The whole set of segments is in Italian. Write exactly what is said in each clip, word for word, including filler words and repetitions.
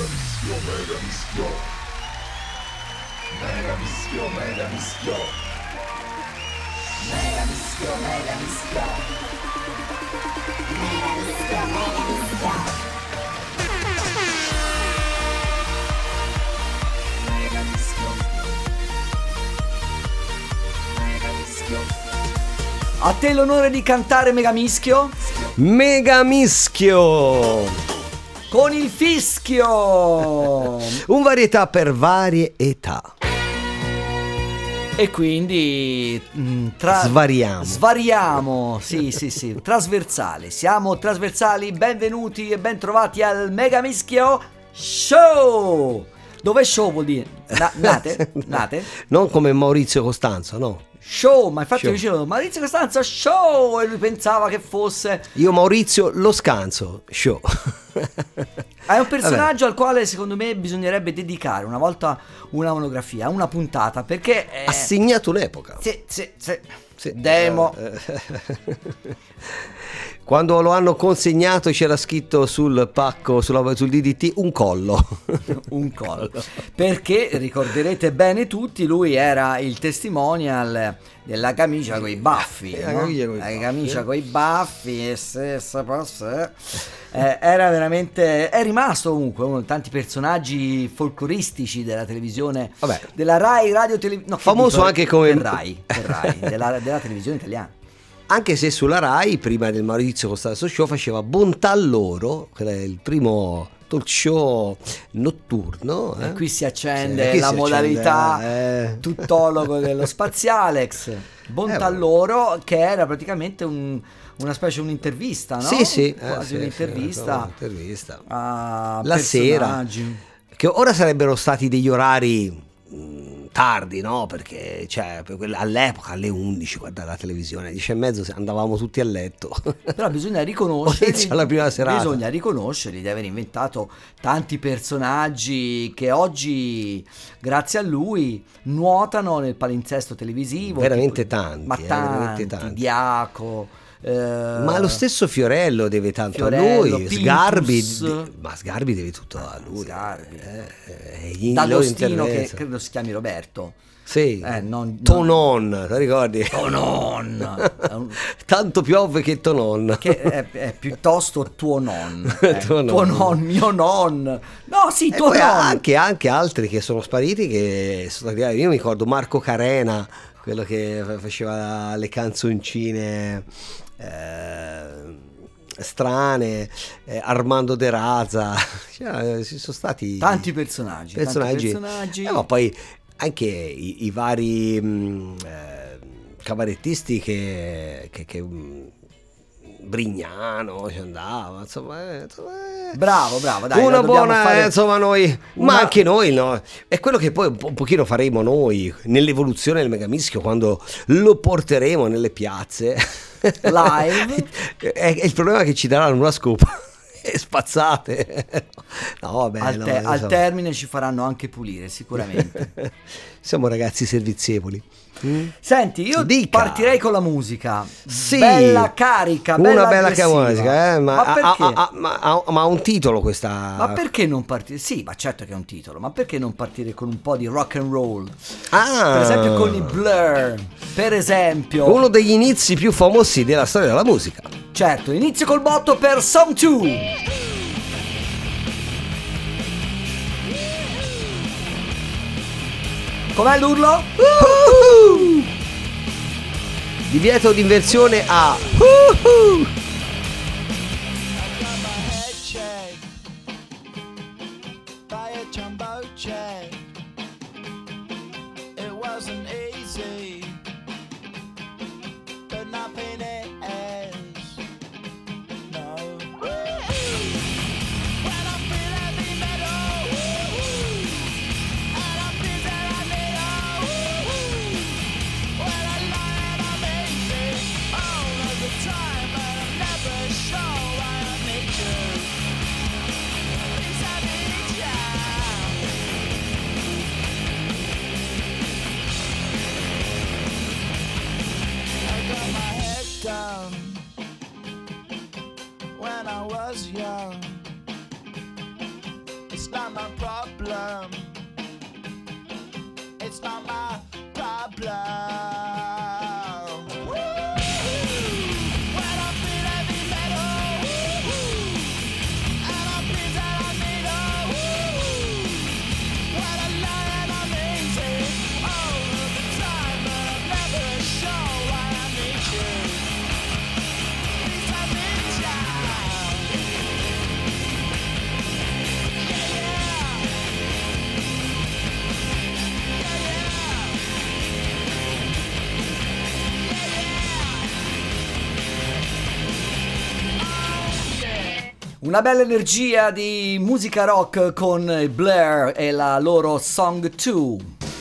A te l'onore di cantare Megamischio. Megamischio con il fischio. Un varietà per varie età. E quindi tra... svariamo. Svariamo, sì, sì, sì, trasversale. Siamo trasversali. Benvenuti e ben trovati al Megamischio Show. Dove show vuol dire? Na- nate? Nate? Non come Maurizio Costanzo, no. Show, ma infatti show. Io dicevo Maurizio Costanzo show e lui pensava che fosse io Maurizio lo scanzo show. È un personaggio Vabbè. al quale secondo me bisognerebbe dedicare una volta una monografia, una puntata, perché è... ha segnato un'epoca. Sì, sì, sì, sì. Demo. Quando lo hanno consegnato c'era scritto sul pacco, sulla, sul D D T, un collo. Un collo. Perché ricorderete bene tutti, lui era il testimonial della camicia coi baffi. La no? camicia coi La baffi. camicia coi baffi. E se, se, se, eh, era veramente. È rimasto comunque uno dei tanti personaggi folcloristici della televisione. Vabbè. Della Rai Radio Televisione. No, famoso dico, anche come. Del Rai, del Rai della, della televisione italiana. Anche se sulla Rai, prima del Maurizio Costanzo Show, faceva Bontà Loro, che era il primo talk show notturno. Eh? E qui si accende sì, qui la si modalità accende, eh. tuttologo dello Spazialex. Bontà eh, Loro, che era praticamente un, una specie di un'intervista, no? Sì, sì. Quasi eh, sì, un'intervista. Sì, un'intervista. A la sera. Che ora sarebbero stati degli orari tardi, no? Perché cioè, all'epoca alle undici guardare la televisione, alle dieci e mezzo andavamo tutti a letto. Però bisogna riconoscerli, la prima serata. bisogna riconoscerli di aver inventato tanti personaggi che oggi, grazie a lui, nuotano nel palinsesto televisivo. Veramente tipo, tanti, ma eh, tanti, veramente tanti. Diaco. Eh, ma lo stesso Fiorello deve tanto Fiorello, a lui. Pintus, Sgarbi, ma Sgarbi deve tutto a lui. Sgarbi. Eh, eh, D'Agostino, che credo si chiami Roberto. Sì, eh, non, Tonon, non... ti ricordi? Tonon. Tanto piove che Tonon. Che è, è piuttosto tuo non. Eh. tuo, non. tuo non, mio non. No, sì, tuo non. Anche, anche altri che sono spariti, che sono arrivati. Io mi ricordo Marco Carena, quello che faceva le canzoncine eh, strane, eh, Armando De Raza, cioè, ci sono stati tanti personaggi, personaggi, tanti personaggi. Eh, ma poi anche i, i vari mh, eh, cabarettisti che, che, che mh, Brignano ci andava, insomma, eh, insomma eh. bravo bravo dai, una buona fare... eh, insomma noi una... ma anche noi, no? È quello che poi un, po- un pochino faremo noi nell'evoluzione del Megamischio quando lo porteremo nelle piazze live. è, è il problema che ci daranno una scopa e spazzate. No, vabbè, al, te- no, al termine ci faranno anche pulire sicuramente. Siamo ragazzi servizievoli. Mm? Senti, io Dica. partirei con la musica. Sì, bella carica, bella una bella aggressiva. musica, eh? ma, ma perché? Ha, ha, ma, ha, ma ha un titolo questa. Ma perché non partire? Sì, ma certo che è un titolo, ma perché non partire con un po' di rock and roll? Ah. Per esempio con i Blur, per esempio. Uno degli inizi più famosi della storia della musica. Certo, inizio col botto per Song due. Com'è l'urlo? Uh-huh. Divieto di inversione a uh-huh. not my problem. It's not my problem. When I feel heavy metal, and I feel that I need a when I lie and I'm easy all of the time, but I'm never sure why I need you. Please let me down. Yeah, yeah. Yeah, yeah. Una bella energia di musica rock con Blur e la loro Song due.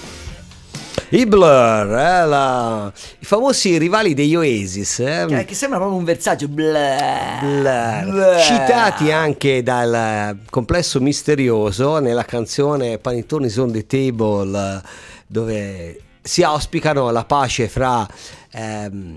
I Blur, eh, la... i famosi rivali degli Oasis, eh? Che, che sembra proprio un versaggio. Blur. Blur. Blur. Citati anche dal Complesso Misterioso nella canzone Panettoni on the Table, dove si auspicano la pace fra ehm,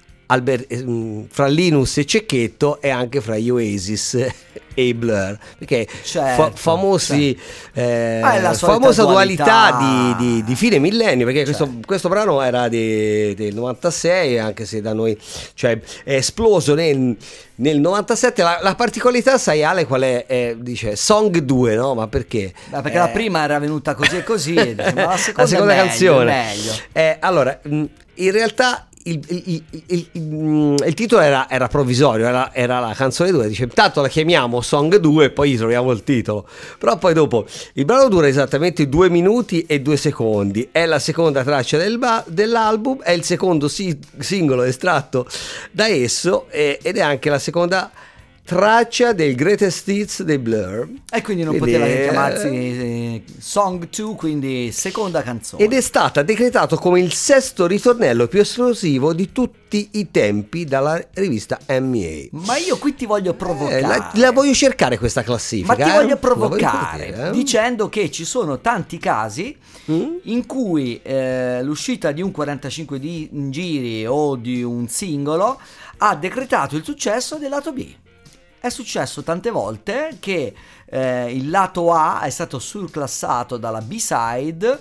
Albert, fra Linus e Cecchetto e anche fra gli Oasis e i Blur, perché Certo, fa- famosi eh, Ah, è la solita famosa dualità, dualità. di, di, di fine millennio, perché Certo. questo, questo brano era di- del novantasei, anche se da noi, cioè, è esploso nel, nel novantasette. La, la particolarità, sai Ale qual è? Eh, dice Song due, no? Ma perché? Beh, perché Eh, la prima era venuta così e così, e dice, ma la seconda, la seconda è meglio, canzone. è meglio. Eh, allora, mh, in realtà il, il- il- il- il- il titolo era, era provvisorio, era, era la canzone due, dice intanto la chiamiamo Song due e poi gli troviamo il titolo. Però poi dopo il brano dura esattamente due minuti e due secondi, è la seconda traccia del ba- dell'album, è il secondo si- singolo estratto da esso, e- ed è anche la seconda traccia del Greatest Hits dei Blur. E quindi non Quindi, poteva che eh, chiamarsi eh, Song due, quindi seconda canzone. Ed è stata decretato come il sesto ritornello più esplosivo di tutti i tempi dalla rivista M E A. Ma io qui ti voglio provocare. Eh, la, la voglio cercare questa classifica. Ma ti eh? voglio La provocare vedere, eh? dicendo che ci sono tanti casi Mm? in cui eh, l'uscita di un quarantacinque di giri o di un singolo ha decretato il successo del lato B. È successo tante volte che eh, il lato A è stato surclassato dalla B-side.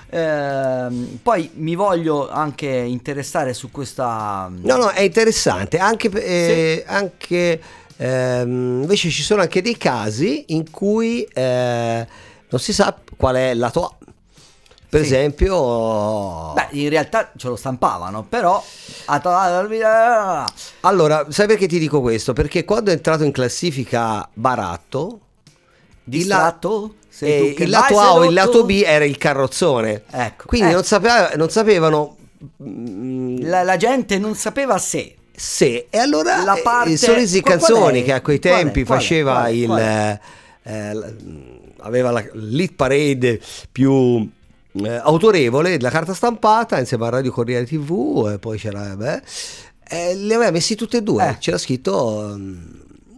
Ehm, poi mi voglio anche interessare su questa. No, no, è interessante. Anche, eh, anche ehm, invece ci sono anche dei casi in cui eh, non si sa qual è il lato A. Per Sì. esempio, Beh, in realtà ce lo stampavano, però. allora, sai perché ti dico questo? Perché quando è entrato in classifica Baratto, Distratto? Sei eh, tu che il vai, lato sei A o il rotto? lato B era il carrozzone. Ecco, Quindi eh. non, sapeva- non sapevano mm, La, la gente non sapeva se. se. E allora La parte- eh, Sorrisi qual- qual Canzoni, è? che a quei Qual è? tempi Qual è? faceva Qual è? il Qual è? eh, la- aveva la lead parade più eh, autorevole, la carta stampata insieme a Radio Corriere T V, e poi c'era beh, eh, li aveva messi tutte e due. Eh. C'era scritto mm,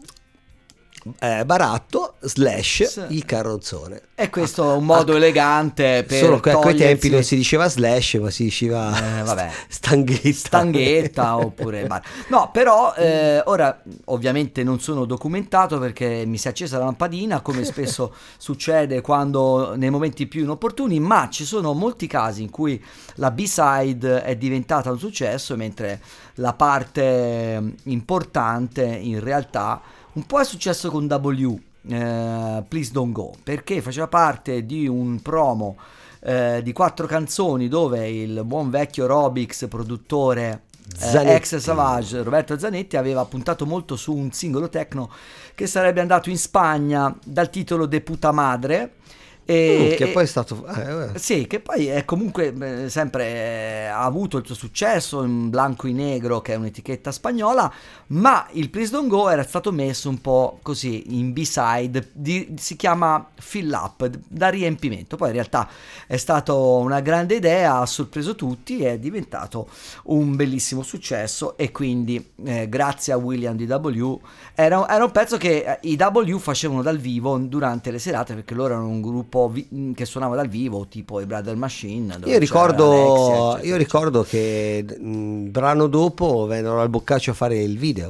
eh, Baratto slash Sì. il carrozzone. E questo è un modo Ah, elegante per solo che a quei togliersi- tempi non si diceva slash, ma si diceva Eh, vabbè. stanghetta. Stanghetta oppure bar. No, però eh, ora ovviamente non sono documentato perché mi si è accesa la lampadina, come spesso succede quando nei momenti più inopportuni, ma ci sono molti casi in cui la B-side è diventata un successo, mentre la parte importante in realtà un po' è successo con W, eh, Please Don't Go, perché faceva parte di un promo eh, di quattro canzoni dove il buon vecchio Robix, produttore eh, Zanetti. ex Savage, Roberto Zanetti, aveva puntato molto su un singolo techno che sarebbe andato in Spagna dal titolo De Puta Madre. E, Mm, che e- poi è stato eh, eh. sì, che poi è comunque eh, sempre eh, ha avuto il suo successo in Blanco e Negro, che è un'etichetta spagnola, ma il Please Don't Go era stato messo un po' così in B-side, di- si chiama fill up, da riempimento. Poi in realtà è stata una grande idea, ha sorpreso tutti e è diventato un bellissimo successo, e quindi eh, grazie a William D W era, era un pezzo che eh, i W facevano dal vivo durante le serate, perché loro erano un gruppo vi- che suonava dal vivo, tipo i Brother Machine, dove Io c'era ricordo, Alexia, eccetera, io ricordo che mh, brano dopo vennero al Boccaccio a fare il video.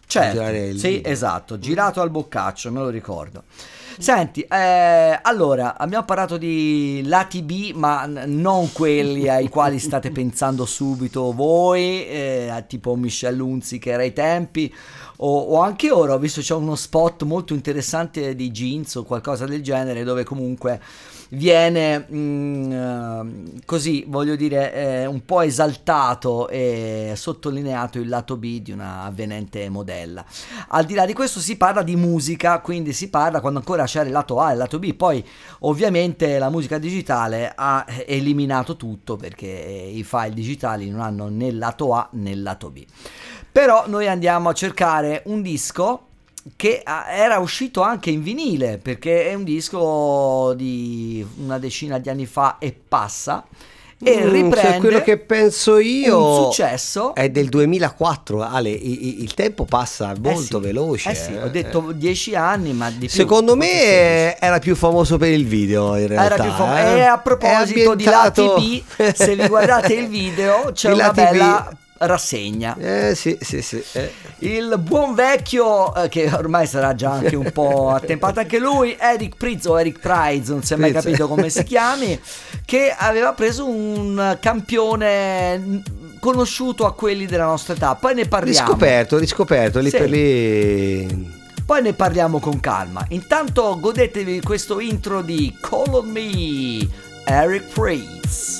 Certo, girare il sì, video. esatto, girato al boccaccio, me lo ricordo. Senti, eh, allora, abbiamo parlato di lati B, ma n- non quelli ai quali state pensando subito voi, eh, tipo Michelle Hunziker ai tempi, o, o anche ora, ho visto c'è uno spot molto interessante di jeans o qualcosa del genere, dove comunque viene mm, eh, così, voglio dire, eh, un po' esaltato e sottolineato il lato B di una avvenente modella. Al di là di questo si parla di musica, quindi si parla quando ancora c'era il lato A e il lato B, poi ovviamente la musica digitale ha eliminato tutto perché i file digitali non hanno né il lato A né il lato B. Però noi andiamo a cercare un disco che era uscito anche in vinile, perché è un disco di una decina di anni fa e passa, e Mm, riprende cioè quello che penso io un successo. è del duemilaquattro. Ale, i- i- il tempo passa molto Eh sì, veloce. eh sì, eh. ho detto dieci anni, ma di più. Secondo me forse sedici. eh, era più famoso per il video, in realtà. Era più fam- eh. E a È proposito di lati ambientato- B, se vi guardate il video c'è I una lati bella B. rassegna. Eh sì, sì, sì. eh. Il buon vecchio, eh, che ormai sarà già anche un po' attempato anche lui, Eric Prydz o Eric Prydz, non si è mai Prydz. capito come si chiami, che aveva preso un campione n- conosciuto a quelli della nostra età. Poi ne parliamo. Riscoperto, riscoperto, lì Sì. per lì. Poi ne parliamo con calma. Intanto godetevi questo intro di Call on Me, Eric Prydz.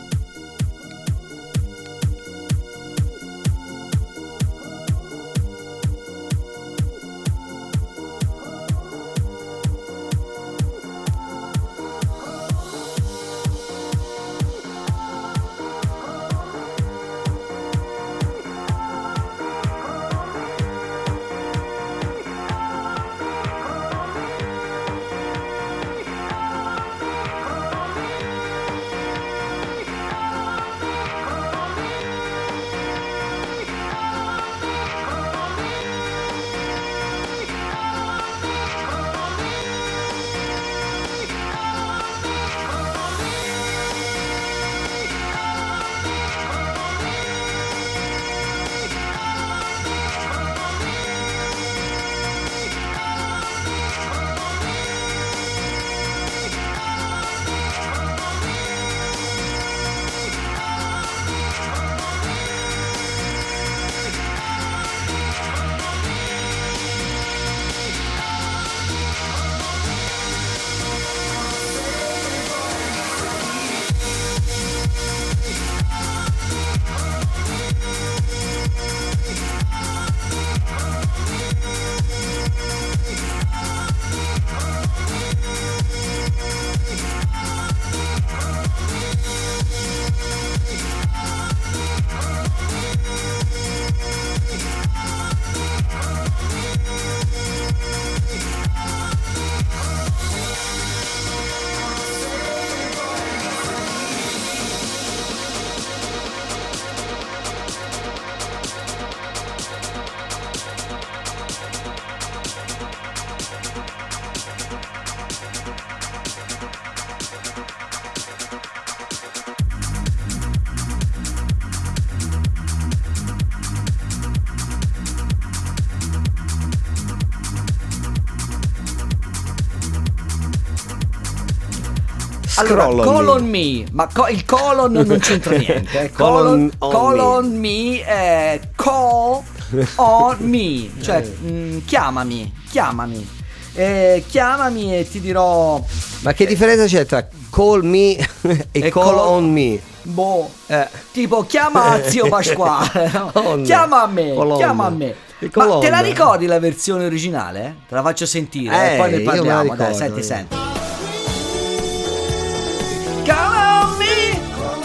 Allora, Scroll on Call me. on Me, ma co- il colon non c'entra niente. eh. Call on- on call me. on me è call on me, cioè mm, chiamami, chiamami, eh, chiamami e ti dirò. Ma che differenza c'è tra call me e, E call, call- on me? Boh, Eh. tipo chiama zio Pasquale, no? On. Chiama a me, Call on. chiama a me. Il Ma call te la on. ricordi la versione originale? Te la faccio sentire Eh, e poi ne io me la parliamo. Dai, ricordo, senti, io. senti. Call on me.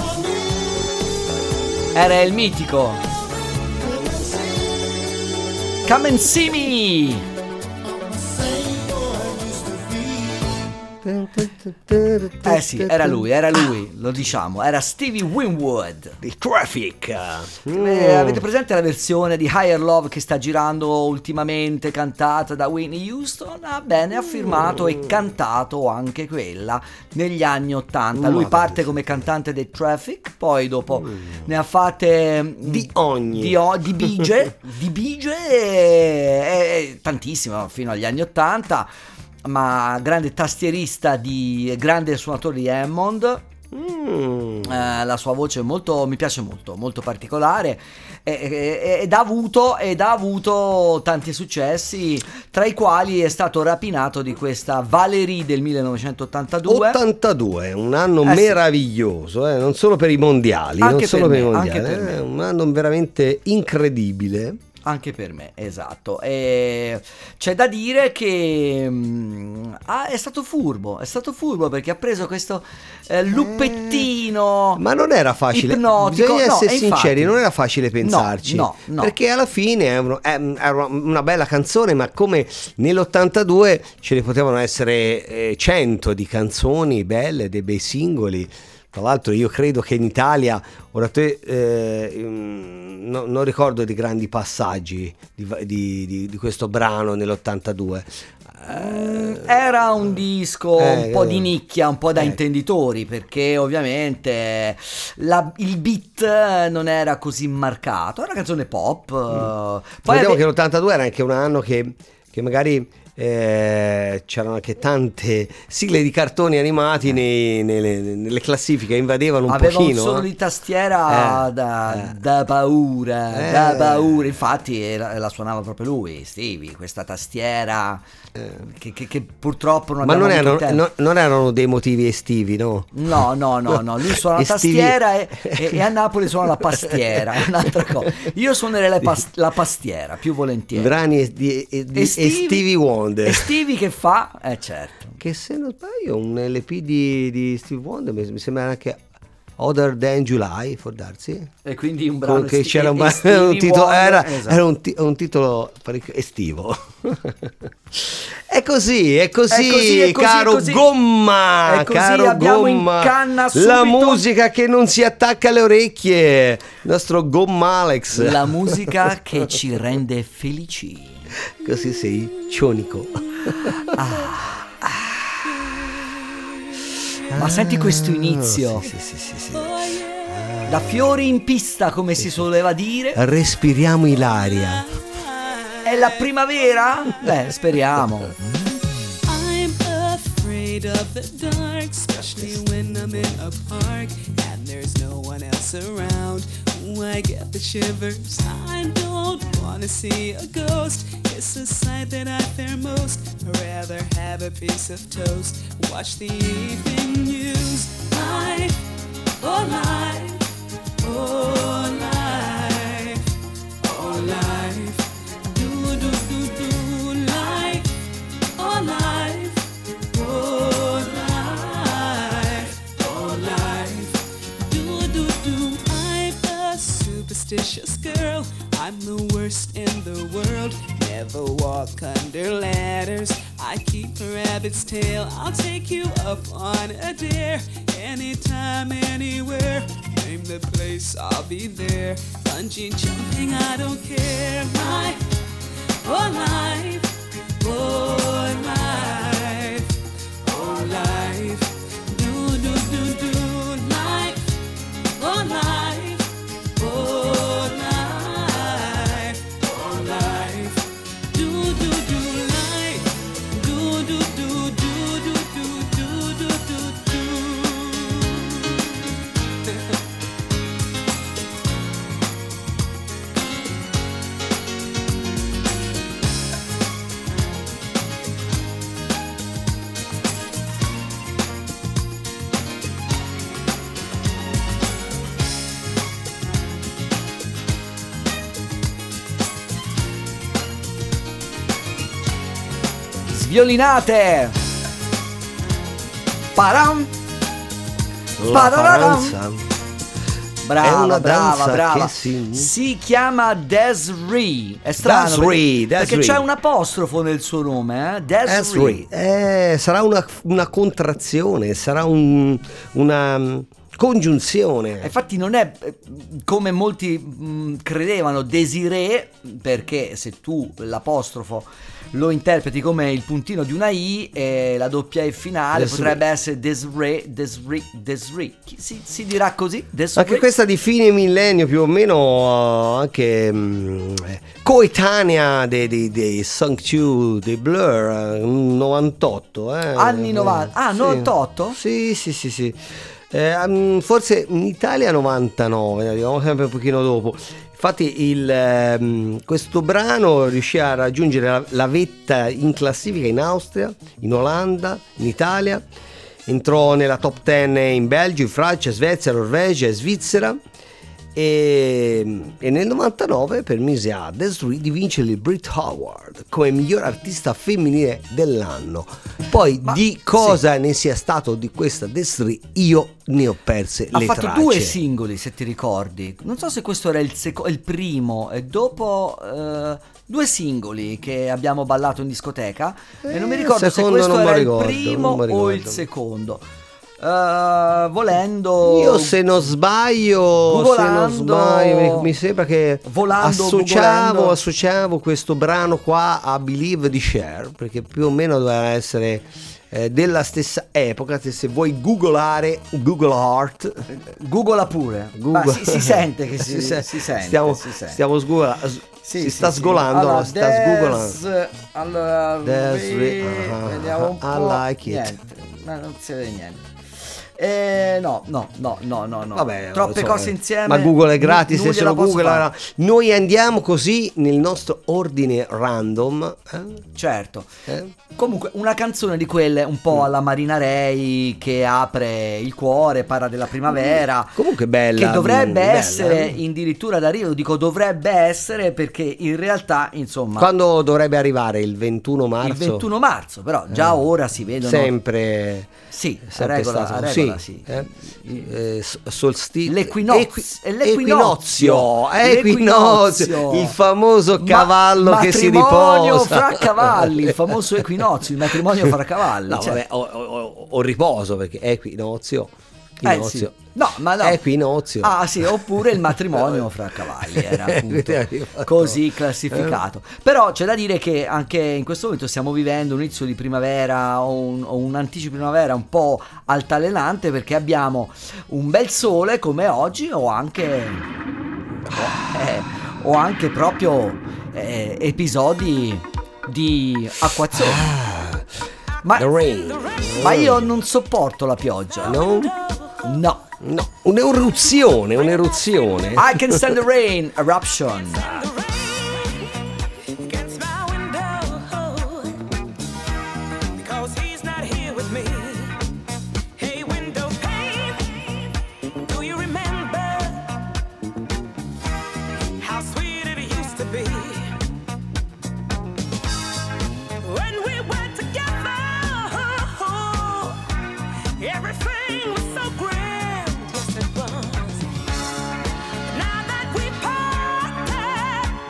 Era il mitico Come and See Me. Eh sì, era lui, era lui, lo diciamo, era Stevie Winwood. Il Traffic. Mm. Eh, avete presente la versione di Higher Love che sta girando ultimamente, cantata da Whitney Houston? Ah, bene, ha firmato e cantato anche quella negli anni ottanta. Lui Ma parte penso. come cantante dei Traffic, poi dopo ne ha fatte mm, Di ogni. di, o- di Bige, di Bige e, e tantissimo fino agli anni ottanta, ma grande tastierista, di grande suonatore di Hammond. Mm. Eh, la sua voce è molto, mi piace molto, molto particolare, e- e- ed ha avuto ed ha avuto tanti successi, tra i quali è stato rapinato di questa Valerie del millenovecentottantadue. ottantadue, un anno Eh sì. meraviglioso, eh, non solo per i mondiali, Anche non solo per per, me, i mondiali, anche per eh, me. un anno veramente incredibile. Anche per me, esatto. E c'è da dire che mm, ah, è stato furbo, è stato furbo perché ha preso questo eh, luppettino. Ma non era facile, ipnotico. bisogna No, essere e sinceri, infatti- non era facile pensarci, no, no. perché alla fine è uno- è- era una bella canzone, ma come nell'ottantadue ce ne potevano essere eh, cento di canzoni belle, dei bei singoli. Tra l'altro io credo che in Italia, ora te, eh, mm, no- non ricordo di grandi passaggi di, di- di- di questo brano nell'ottantadue. Mm, Era un disco Eh, un po' eh. di nicchia, un po' da Eh. intenditori, perché ovviamente la- il beat non era così marcato, era una canzone pop. eh, Poi Vediamo ave- che l'ottantadue era anche un anno che, che magari eh, c'erano anche tante sigle di cartoni animati nei- nelle, nelle classifiche, invadevano un aveva pochino. un suono eh. di tastiera Eh, da, eh. da paura, Eh. da paura. Infatti era- la suonava proprio lui, Stevie, questa tastiera che, che- che purtroppo non Ma abbiamo non avuto erano, il tempo. no- non erano dei motivi estivi, no? No, no, no, no, lui suona la Estivi- tastiera e, e- e a Napoli suona la pastiera, è un'altra cosa. Io suonerei la, pas- la pastiera più volentieri. Brani e- di, e- di- E e Stevie- Stevie Wonder. E Stevie che fa? Eh certo. Che se non sbaglio un L P di, di Stevie Wonder mi, mi sembra anche Other Than July, può darsi. E quindi un brano Che esti- c'era un, e- e Stevie un titolo, Wonder, era, esatto. era un, ti- un titolo parecchio estivo. È così, è così, È così, è così, caro così. Gomma, È così, caro abbiamo in Gomma. canna subito- La musica che non si attacca alle orecchie, il nostro Gomma Alex. La musica che ci rende felici. Così sei cionico. Ma senti questo inizio, Ah, Sì, sì, sì, sì. da fiori in pista, come si soleva dire. Respiriamo l'aria. È la primavera? Beh, speriamo. I'm afraid of the dark, especially when I'm in a park and there's no one else around. Ooh, I get the shivers. I don't wanna see a ghost. It's a sight that I fear most. I'd rather have a piece of toast. Watch the evening news. Life, oh life, oh life, oh life. Do do do do life, oh life, oh life, oh life. Do do do. I'm a superstitious girl. I'm the worst in the world. Never walk under ladders. I keep a rabbit's tail. I'll take you up on a dare. Anytime, anywhere. Name the place, I'll be there. Bungee jumping, I don't care. Life, oh life, oh life, oh life. Do do do do life, oh life, oh life, oh life. Do do do life, do do do do do do do do do do. Sviolinate. Param. La Pararam. Paranza. Brava, È una brava, danza brava. che si- Si chiama Des'ree. È strano Des'ree, perché, perché Des'ree. c'è un apostrofo nel suo nome, eh? Des'ree. Des'ree. Eh, sarà una, una contrazione, sarà un, una mm, congiunzione. Infatti non è eh, come molti mh, credevano Desiree, perché se tu l'apostrofo lo interpreti come il puntino di una I e la doppia E finale Desiree. potrebbe essere Desiree, Desiree, Desiree. Chi- Si, si dirà così? Desiree? Anche questa di fine millennio più o meno, anche mm, eh, coetanea dei, dei, dei Song two, dei Blur, eh, novantotto. Eh. Anni novanta. Ah, Sì. novantotto? Sì, sì, sì, sì. Eh, mm, forse in Italia novantanove, arriviamo sempre un pochino dopo. Infatti il, ehm, questo brano riuscì a raggiungere la, la vetta in classifica in Austria, in Olanda, in Italia, entrò nella top dieci in Belgio, in Francia, Svezia, Norvegia e Svizzera e, e nel novantanove permise a Des'ree di vincere il Brit Award come miglior artista femminile dell'anno. Poi Ma, di cosa ne sia stato di questa Des'ree io ne ho perse Ha le fatto tracce. due singoli, se ti ricordi. Non so se questo era il, seco- il primo e dopo eh, due singoli che abbiamo ballato in discoteca e non mi Eh, ricordo se secondo questo non mi era ricordo, il primo non mi o ricordo. il secondo. Eh, volendo Io se non sbaglio, se non Googolando- sbaglio mi, mi sembra che Volando, associavo, googolando. associavo questo brano qua a Believe di Cher, perché più o meno doveva essere eh, della stessa epoca. Se, se vuoi googolare Google Art, Googola pure. Google- Ma si, si sente che si, Si se- si sente. stiamo, si sente. stiamo sgola- s- Sì, si sì, sta sì. sgolando, Allora, no, si sta sgoogolando. Des- allora, Des'ree, qui, ah, vediamo un I po'. like it. Niente, ma non si vede niente. Eh, no, no, no, no, no, no. Vabbè, Troppe insomma, cose insieme. Ma Google è gratis, nu- se non lo gliela posso Google. fare. Noi andiamo così nel nostro ordine random. eh? Certo. Eh? Comunque, una canzone di quelle un po' alla Marina Ray che apre il cuore, parla della primavera. Comunque bella. Che dovrebbe bella. essere addirittura d'arrivo. Dico dovrebbe essere perché in realtà, insomma, Quando dovrebbe arrivare? Il ventuno marzo? il ventuno marzo, però già Eh. ora si vedono. Sempre. Sì, a sempre regola, stato a sì, regola sì. eh? Eh, s- solstizio. L'equinozio, Equi- è l'equinozio. equinozio, equinozio, L'equinozio. il famoso Ma- cavallo che si matrimonio riposa fra cavalli, il famoso equinozio, il matrimonio fra cavalli. No, cioè. vabbè, o, o- o- o riposo, perché equinozio. Eh, Inozio. sì. No, ma no. Equinozio. Ah sì, oppure il matrimonio fra cavalli era appunto così classificato. Però c'è da dire che anche in questo momento stiamo vivendo un inizio di primavera o un, o un anticipo primavera un po' altalenante, perché abbiamo un bel sole come oggi o anche o, eh, o anche proprio eh, episodi di acquazzone. Ma, The rain. ma io non sopporto la pioggia. No? No. No, un'eruzione, un'eruzione. I can stand the rain, eruption. Against my window, because he's not here with me. Hey, window pane, do you remember how sweet it used to be when we were together? Everything was so grand, yes it was. Now that we parted,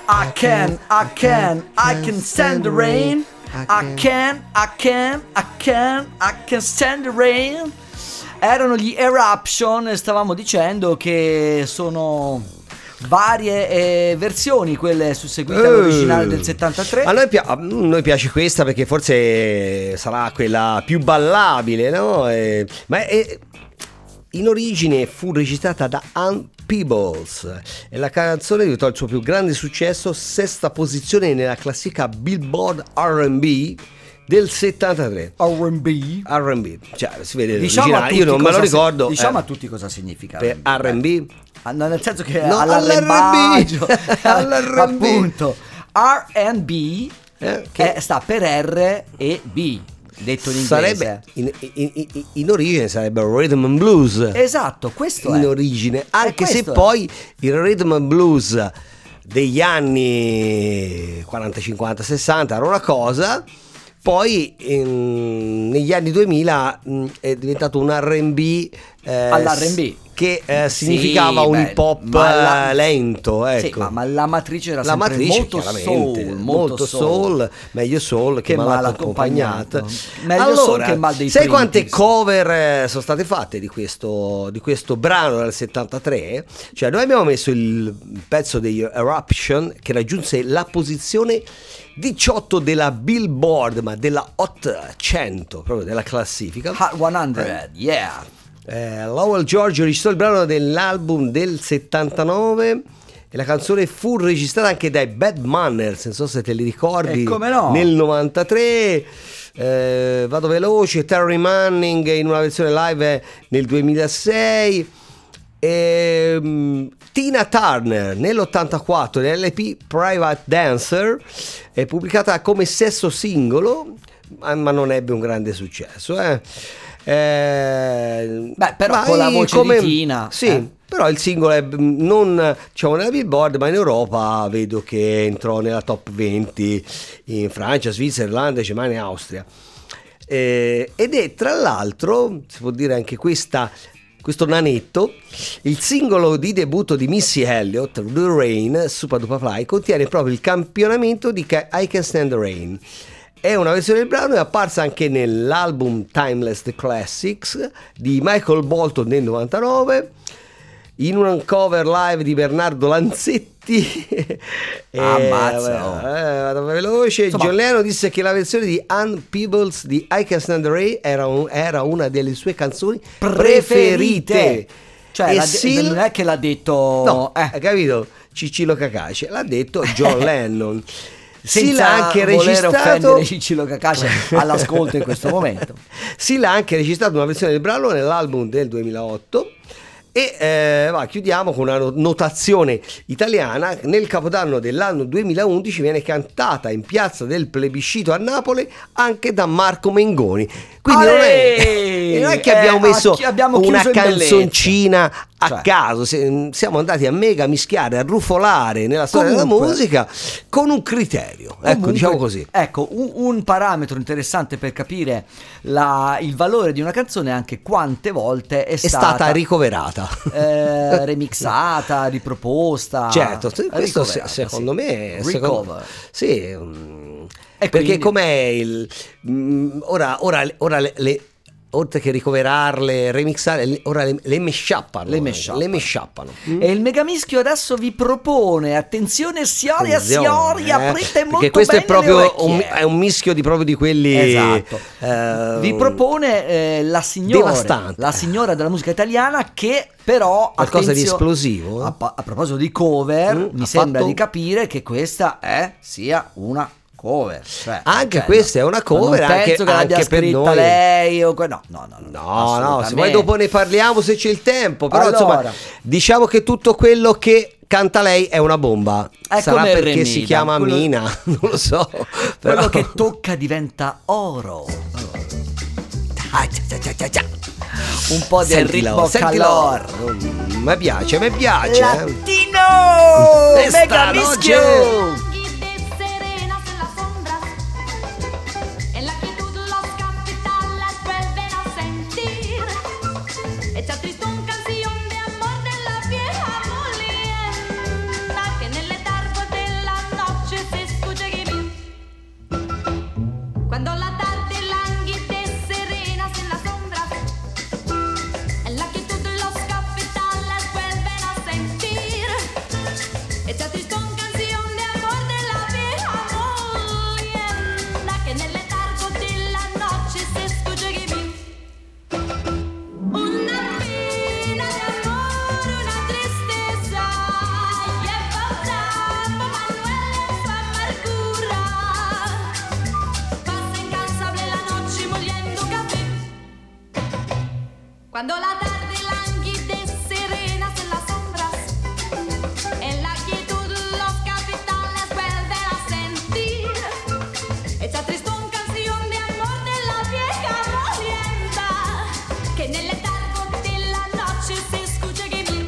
I can, I can, I can stand the rain. I can, I can, I can, I can stand the rain. Erano gli Eruption, stavamo dicendo che sono varie eh, versioni, quelle susseguite all'originale del settantatré. A noi, pi- a noi piace questa perché forse sarà quella più ballabile, no? Eh, ma è, in origine fu registrata da Ann Peebles e la canzone diventò il suo più grande successo, sesta posizione nella classifica Billboard R and B del settantatré. R and B. R and B, cioè si vede Diciamo a l'originale, tutti io non me lo cosa si- ricordo. Diciamo eh, a tutti cosa significa per R and B. Ah, no, nel senso che No, all'arrembaggio, all'R and B. appunto R and B Eh, che- eh, sta per R e B, detto in inglese. Sarebbe in, in- in- in origine sarebbe Rhythm and Blues. Esatto, questo in è. origine, anche se questo è. poi il rhythm and blues degli anni quaranta, cinquanta, sessanta era una cosa, poi in- negli anni duemila mh, è diventato un R and B eh, All'R and B. che eh, Sì, significava un beh, hip hop ma la- eh, lento, ecco. Sì, ma, ma la matrice era la sempre matrice molto chiaramente soul, molto soul, meglio soul che, Che mal mal accompagnata. accompagnato. Meglio allora, soul che mal dei sai quante Prince. cover eh, sono state fatte di questo, di questo brano del settantatré? Cioè noi abbiamo messo il pezzo degli Eruption che raggiunse la posizione diciotto della Billboard, ma della Hot cento, proprio della classifica. Hot cento, yeah. Eh, Lowell George registrò il brano dell'album del settantanove e la canzone fu registrata anche dai Bad Manners, non so se te li ricordi, E come no? nel novantatré. Eh, vado veloce, Terry Manning in una versione live nel duemilasei. E, Tina Turner nell'ottantaquattro nell'L P Private Dancer è pubblicata come sesto singolo, ma ma non ebbe un grande successo, eh. Eh, Beh, però vai con la voce di Tina, sì, eh. però il singolo è non diciamo nella Billboard, ma in Europa vedo che entrò nella top venti in Francia, Svizzera, Irlanda, Germania e Austria. Eh, ed è tra l'altro, si può dire anche questa, questo nanetto, il singolo di debutto di Missy Elliott, The Rain, Super Duper Fly, contiene proprio il campionamento di I Can Stand the Rain. È una versione del brano, è apparsa anche nell'album Timeless The Classics di Michael Bolton nel novantanove, in un cover live di Bernardo Lanzetti. E, Ammazza, vabbè, oh. eh, vado veloce. Insomma- John Lennon disse che la versione di Ann Peebles di I Can Stand the Rain era, un- era una delle sue canzoni preferite. Preferite. Cioè, E l'ha de- Sil- non è che l'ha detto. No, eh, hai capito? Cicillo Cacace l'ha detto John Lennon. Sì, senza l'ha anche voler registrato offendere Cicillo Cacace all'ascolto in questo momento. Sì, l'ha anche registrato una versione del brano nell'album del duemilaotto. E eh, va, chiudiamo con una no- notazione italiana. Nel Capodanno dell'anno duemilaundici viene cantata in piazza del Plebiscito a Napoli anche da Marco Mengoni. Quindi non è, Ale! non è che abbiamo Eh, messo chi- abbiamo una chiuso in canzoncina a Cioè. caso. Se- siamo andati a mega mischiare, a rufolare nella storia Comunque- della musica con un criterio. Ecco, Comunque, diciamo così. Ecco, un, un parametro interessante per capire la- il valore di una canzone è anche quante volte è, È stata ricoverata. eh, remixata, riproposta. Certo, questo se- ricoverata, secondo sì. me secondo, Recover. sì, mm, E perché quindi- com'è il mm, ora, ora, ora le, le- oltre che ricoverarle, remixare, le- ora le, le meshappano, Le eh, meshappano. le meshappano. E il Megamischio adesso vi propone, attenzione signori e signori, eh, aprite molto perché questo bene è proprio le un, orecchie. è un mischio di proprio di quelli Esatto. eh, Vi propone eh, la signora, devastante. la signora della musica italiana che però Qualcosa di attenzio- esplosivo, eh? A, pa- a proposito di cover, Mm, mi ha sembra fatto- di capire che questa è sia una cover. Cioè, Anche cioè, questa è una cover, non anche- penso che l'abbia anche per scritta noi. lei o que- no, no, no, no, No, no, se assolutamente. poi dopo ne parliamo se c'è il tempo, però Allora. insomma, diciamo che tutto quello che canta lei è una bomba. È Sarà come perché Remida, si chiama quello- Mina, non lo so. Quello Però... che tocca diventa oro. Ah, cia, cia, cia, cia, cia. Un po' del Sentilo, ritmo sentilo. calor. Mm, Mi piace, mi piace. eh. Latino! Esta Mega noche. mischio! Serenas en las sombras, en la quietud los capitales vuelven a sentir. Esta tristón canción de amor de la vieja molienda que en el letargo de la Esta tristón canción de amor de la vieja molienda que en el letargo de la noche se escucha gemir. Una pena de amor, una tristeza lleva el trampo Manuel en su amargura. Pasa incansable la noche moliendo café. Cuando la tarde languidece serenas en las sombras, en la quietud los capitales vuelven a sentir esta tristón canción de amor de la vieja molienda que en el letargo de la noche se escucha gemir.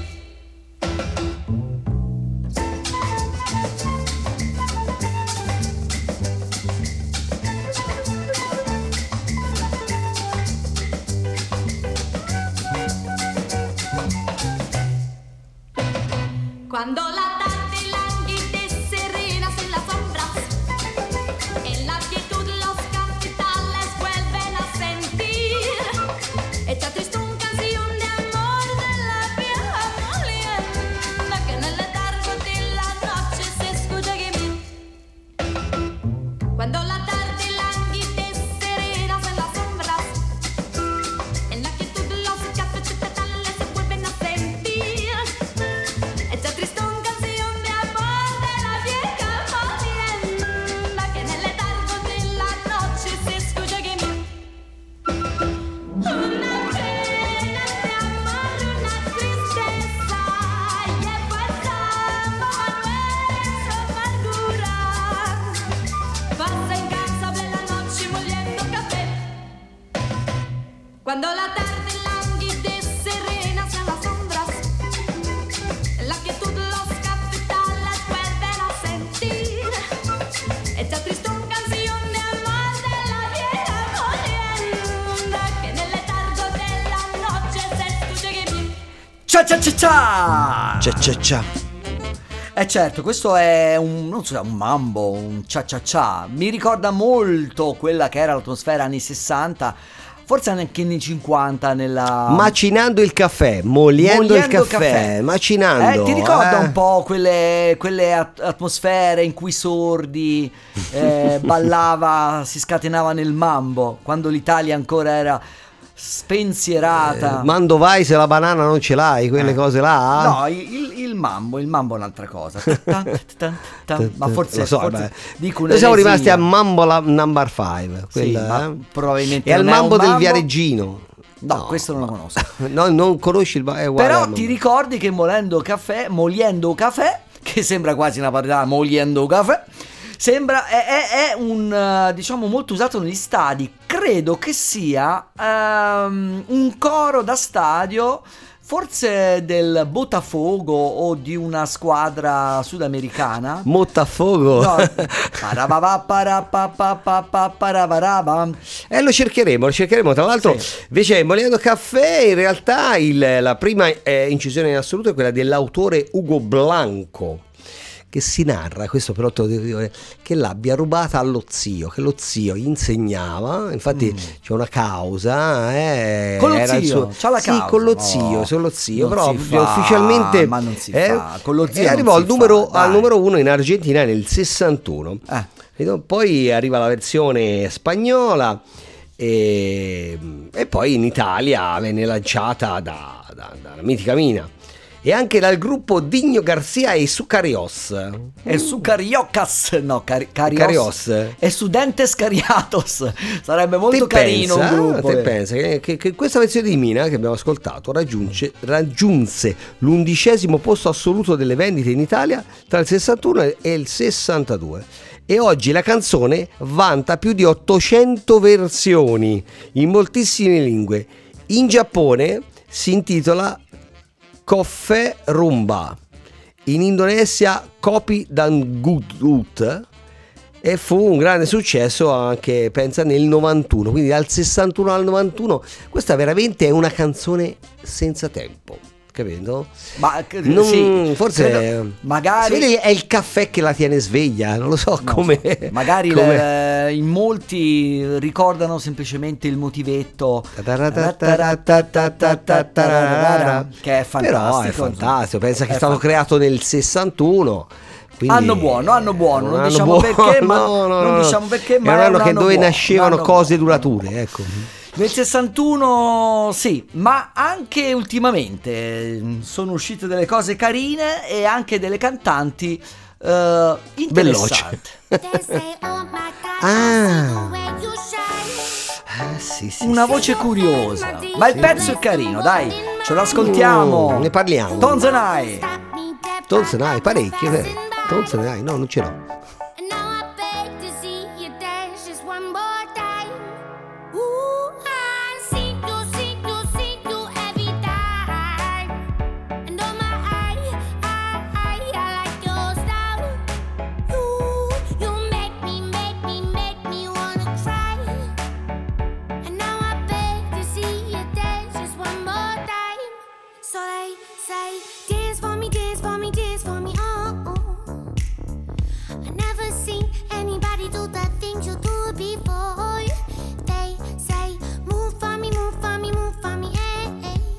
Cuando la tarde languidece serenas en las sombras, en la quietud los capitales vuelven a sentir esta tristón canción de amor de la vieja molienda que en el letargo de la noche se escucha gemir. Cuando la tarde languidece serenas en las sombras, en la quietud los capitales vuelven a sentir esta tristón canción de amor de la vieja molienda que en el letargo de la noche se escucha gemir. Una pena de amor, una tristeza lleva el trampo Manuel en su amargura. Pasa incansable la noche moliendo café. Cuando la tarde languidece serenas en las sombras, en la quietud los capitales vuelven a sentir esta tristón canción de amor de la vieja molienda que en el letargo de la noche se escucha gemir. Cia cia cia cia! Cia cia cia. Eh certo, questo è un, non so, un mambo, un cia cia cia. Mi ricorda molto quella che era l'atmosfera anni sessanta, forse anche anni cinquanta nella... Macinando il caffè, moliendo, il Moliendo caffè, caffè. macinando. Eh, ti ricorda eh? un po' quelle, quelle at- atmosfere in cui i sordi eh, ballava, si scatenava nel mambo, quando l'Italia ancora era spensierata. Eh, Mando vai se la banana non ce l'hai, quelle Eh. cose là. No, il, il mambo, il mambo è un'altra cosa. Tan, tan, tan, ma forse, Lo so, forse beh. dico Noi siamo un'eresia. rimasti a Mambo la- number five, Sì, quella, ma eh. probabilmente E al non è mambo un del mambo. Viareggino. No, questo non lo conosco. No, non conosci il è uguale Però al ti mambo. ricordi che molendo caffè, moliendo caffè, che sembra quasi una parola, moliendo caffè, sembra è, è- è un eh, diciamo molto usato negli stadi. Credo che sia ehm, un coro da stadio, forse del Botafogo o di una squadra sudamericana. Mottafogo. No, parababa, parapapapapa, parabaraba. Eh, lo cercheremo, lo cercheremo. Tra l'altro, Sì. invece, Moliendo Caffè, in realtà il- la prima eh, incisione in assoluto è quella dell'autore Ugo Blanco, che si narra, questo però te lo devo dire, che l'abbia rubata allo zio, che lo zio gli insegnava, infatti c'è una causa. Eh, Mm. Con lo era il zio? C'ha la sì, causa? con lo No, zio, con lo zio, non però si fa, ufficialmente ma non si eh, fa, con lo zio e non arrivò si al numero, fa, al dai. numero uno in Argentina nel sessantuno. Eh. E do- poi arriva la versione spagnola e, e poi in Italia venne lanciata da, da- dalla mitica Mina e anche dal gruppo Digno Garcia e Sucarios. E su Cariocas, no, cari- Carios. Carios. E su Dentes Cariatos. Sarebbe molto Te carino pensa, un gruppo. te eh. pensa che, che- che questa versione di Mina che abbiamo ascoltato raggiunge, raggiunse l'undicesimo posto assoluto delle vendite in Italia tra il sessantuno e il sessantadue. E oggi la canzone vanta più di ottocento versioni in moltissime lingue. In Giappone si intitola Koffee Rumba, in Indonesia Kopi Dangdut, e fu un grande successo anche, pensa, nel novantuno, quindi dal sessantuno al novantuno. Questa veramente è una canzone senza tempo. capito? Ma che- Non- sì, forse credo- magari si vede è il caffè che la tiene sveglia, non lo so non come. so, magari come- le- in molti ricordano semplicemente il motivetto che è fantastico. Però è insomma. fantastico, pensa che è È stato fan- creato nel sessantuno. quindi- Anno buono, anno buono, non un anno diciamo perché, ma- no, no, non no. diciamo perché, ma è un è anno un che anno dove buono, nascevano un anno cose buono. durature, ecco. Nel sessantuno sì, ma anche ultimamente eh, sono uscite delle cose carine e anche delle cantanti eh, interessanti. They say, oh my God, Ah. I see the way you shine. Ah, sì, sì, Una sì. voce curiosa, ma il pezzo è carino, dai, ce lo ascoltiamo. Mm, ne parliamo. Tones and I. Tonze ne hai parecchie, vero? Tonze ne hai? No, non ce l'ho. And now I beg to see you dance just one more time. Ooh, I see you, see you, see you every time. And oh my, I, I, I, I like your style. You, you make me, make me, make me wanna cry. And now I beg to see you dance just one more time. So they say, dance for me, dance for me, dance for me, oh, oh. I never seen anybody do the things you do before. They say, move for me, move for me, move for me, eh,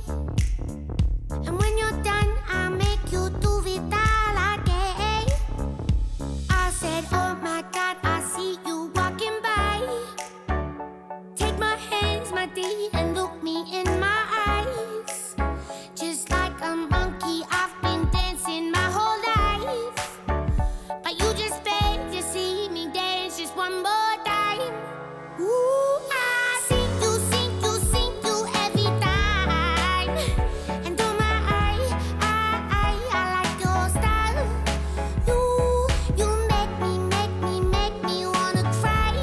eh. And when you're done, I'll make you do it all again. I said, oh my God, I see you walking by. Take my hands, my dear, and look me in my eyes. Just like a monkey, I've been dancing my whole life. But you just beg to see me dance just one more time. Ooh, I see you, see you, see you every time. And oh my, I, I, I, I like your style. You, you make me, make me, make me wanna cry.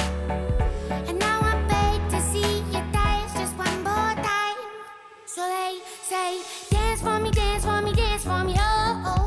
And now I beg to see you dance just one more time. So they say, dance for me, dance for me, dance for me, oh, oh.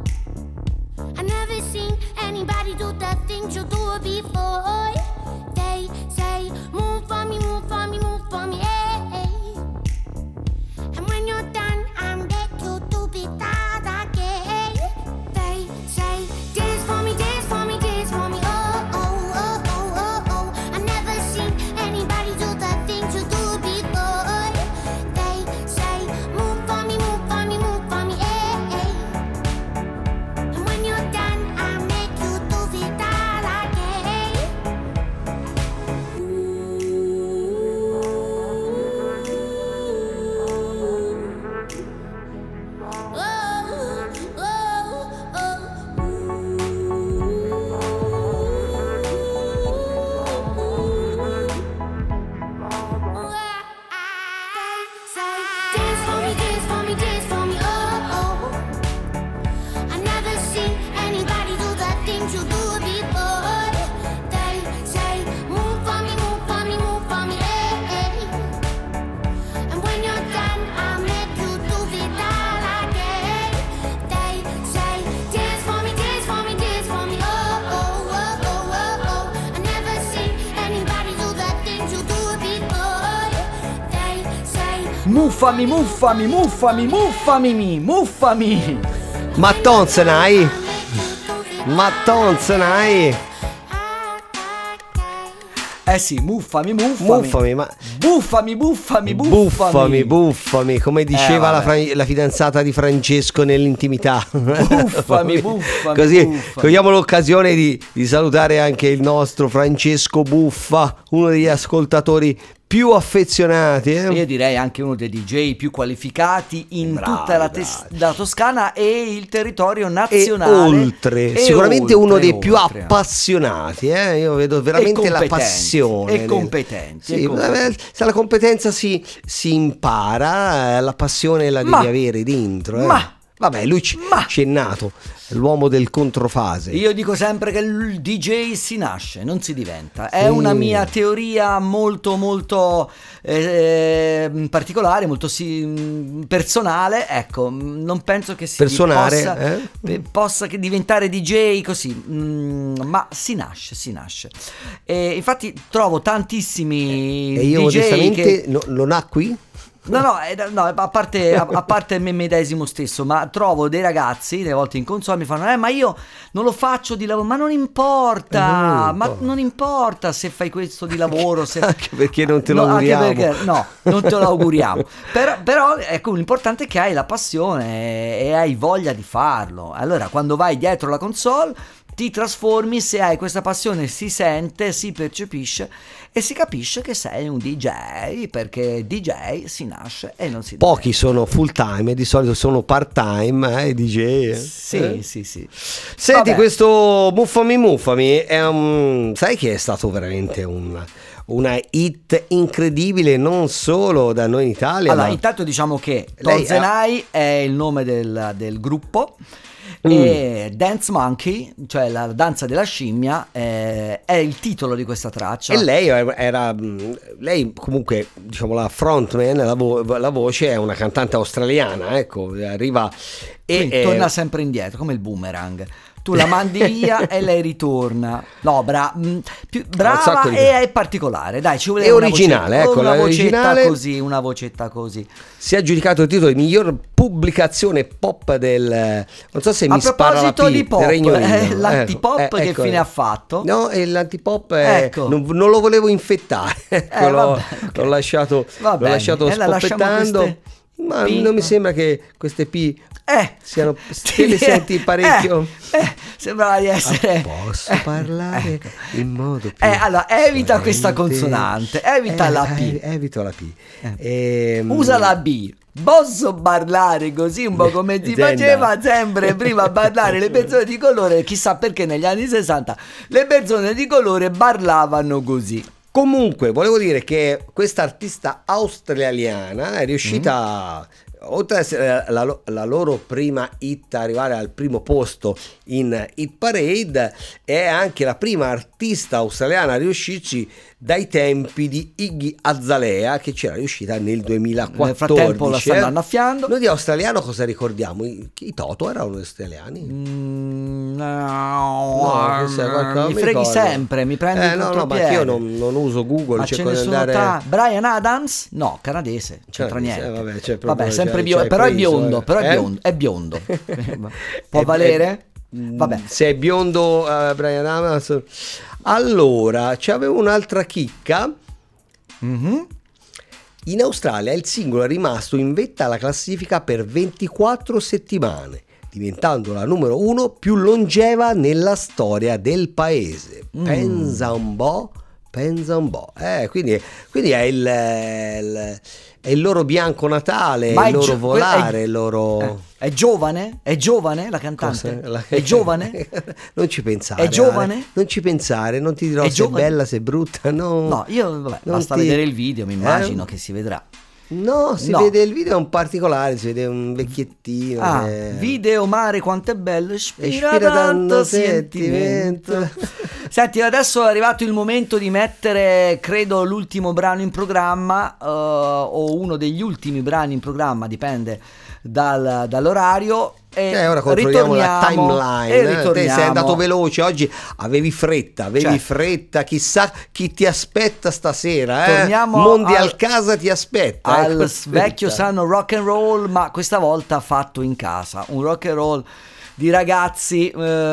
I never seen anybody do the things you do before. They say, move for me, move for me, move for me, eh, eh. And when you're done, I'm back you to be that again. They say, dance for me, dance for me, dance for me, oh, oh, oh, oh, oh, oh. I never seen anybody do the things you do before. They say, move for me, move for me, move for me, eh, eh. And when you're done, I'll make you do it all again. Oh, oh, say, dance for me, dance for me, dance for me, oh, oh. I never seen anybody do the things you do before. They say, move for me, move for me, move for me, eh, eh. And when you're done, I'll make you do it all again. They say, dance for me, dance for me, dance for me, oh, oh, oh, oh, oh, oh. I never seen anybody do the things you do before. They say, Muffami, muffami, muffami, muffami, mi, muffami. Ma Tonze ne hai? Ma Tonze ne hai? Eh sì, muffami, muffami. Muffami, ma Buffami, buffami, buffami. buffami, buffami, come diceva Eh, la, vabbè. fra- la fidanzata di Francesco nell'intimità. Buffami, buffami, Così buffami. cogliamo l'occasione di, di salutare anche il nostro Francesco Buffa, uno degli ascoltatori più affezionati. eh. Io direi anche uno dei D J più qualificati in Bravi, tutta la, bravi. tes- la Toscana e il territorio E nazionale. oltre, E sicuramente oltre, uno dei più oltre. appassionati. eh. Io vedo veramente la competenti, passione. e nel- competenti, Sì, e competenti. eh, se la competenza si, si impara, eh, la passione la devi Ma- avere dentro. eh. ma- Vabbè, lui ci, ma- ci è nato, è l'uomo del controfase. Io dico sempre che il D J si nasce, non si diventa. È Sì. una mia teoria molto molto eh, particolare, molto si- personale. Ecco, non penso che si Personale, possa, eh? eh, possa che diventare D J così, mm, ma si nasce, si nasce. E infatti trovo tantissimi E io D J onestamente che no- lo nacqui? No, no, eh, no, a parte, a, a parte me medesimo stesso, ma trovo dei ragazzi, delle volte in console, mi fanno, eh, ma io non lo faccio di lavoro, ma non importa, Eh, non ma importa. non importa se fai questo di lavoro, se... Anche perché non te lo No, anche auguriamo. perché- no, non te lo auguriamo. però, però, ecco, l'importante è che hai la passione e, e hai voglia di farlo. Allora, quando vai dietro la console, ti trasformi, se hai questa passione si sente, si percepisce e si capisce che sei un D J, perché D J si nasce e non si Pochi sono full time e di solito sono part time, eh, D J. eh. Sì, Eh. sì, sì. Senti, Vabbè. questo Muffami Muffami è un... sai che è stato veramente un... una hit incredibile non solo da noi in Italia, Allora, ma... intanto diciamo che Lei Torzenai è il nome del, del gruppo e Dance Monkey, cioè la danza della scimmia, eh, è il titolo di questa traccia. E lei era, mh, lei comunque, diciamo, la frontman, la, vo- la voce è una cantante australiana, ecco, arriva e Quindi eh, torna sempre indietro, come il boomerang. Tu la mandi via e lei ritorna. No, bra- mh, più un brava sacco di- e è particolare. Dai, ci voleva È una originale, vocetta, ecco, una la vocetta originale. così, una vocetta così. si è aggiudicato il titolo di miglior pubblicazione pop del... non so se A mi spara la proposito P, di pop, del Regno Unito. eh, l'antipop Eh, che ecco, fine ha fatto? No, e l'antipop è- Ecco. non, non lo volevo infettare, ecco, Eh, l'ho, vabbè, ok. l'ho lasciato, Va l'ho bene, lasciato e la lasciamo spoppettando. queste Ma P? non mi sembra che queste P Eh, siano... te le senti parecchio? Eh, eh, sembrava di essere... Ah, posso eh, parlare ecco. in modo più Eh, allora, evita questa suadente. consonante, evita la P. eh, evito la P. Ehm, Usa la B. Posso parlare così un po' come si Zenda. faceva sempre prima a parlare le persone di colore, chissà perché negli anni sessanta le persone di colore parlavano così. Comunque, volevo dire che questa artista australiana è riuscita, oltre ad essere la, la- la loro prima hit a arrivare al primo posto in Hit Parade, è anche la prima artista australiana a riuscirci dai tempi di Iggy Azalea, che c'era riuscita nel duemilaquattordici. Nel frattempo la stanno eh. annaffiando. Noi di australiano cosa ricordiamo? I, i Toto erano australiani? Mm, No, questo è qualcosa- mi mi freghi ricordo. sempre, mi prendi Eh, il no, no, ma contropiede. io non, non uso Google, Ma ce cerco ne di sono andare... tra Brian Adams? No, canadese, c'entra Canadese, niente. eh, vabbè, c'è proprio- Vabbè, sempre c'hai- biondo, c'hai però è preso, biondo, eh. però è Eh? biondo, è biondo. Può È- valere? è- Vabbè. Se è biondo eh, Brian Adams. Allora, c'avevo un'altra chicca. Mhm. In Australia il singolo è rimasto in vetta alla classifica per ventiquattro settimane, diventando la numero uno più longeva nella storia del paese. Mm. Pensa un po', pensa un po'. Eh, quindi, quindi è il, il- è il loro bianco natale, Ma è il loro gio- volare, è- il loro... Eh, È giovane? È giovane la cantante? Cosa? La- È giovane? Non ci pensare. È giovane? Ale. Non ci pensare, non ti dirò È se giovane? è bella, se è brutta. No, No, io vabbè, Non basta ti- vedere il video, mi immagino Eh? che si vedrà. No, si No. vede il video, è un particolare, si vede un vecchiettino. Ah, che- video mare quanto è bello, ispira, Ispira tanto tanto sentimento. sentimento. Senti, adesso è arrivato il momento di mettere, credo, l'ultimo brano in programma, eh, o uno degli ultimi brani in programma, dipende dal- dall'orario. E Eh, ora controlliamo la ritorniamo- timeline. E eh. Te ritorniamo. sei andato veloce oggi, avevi fretta, avevi Certo. fretta. Chissà chi ti aspetta stasera. Eh? Torniamo Mondi al- al casa ti aspetta. al ecco, vecchio aspetta. sano rock and roll, ma questa volta fatto in casa, un rock and roll di ragazzi,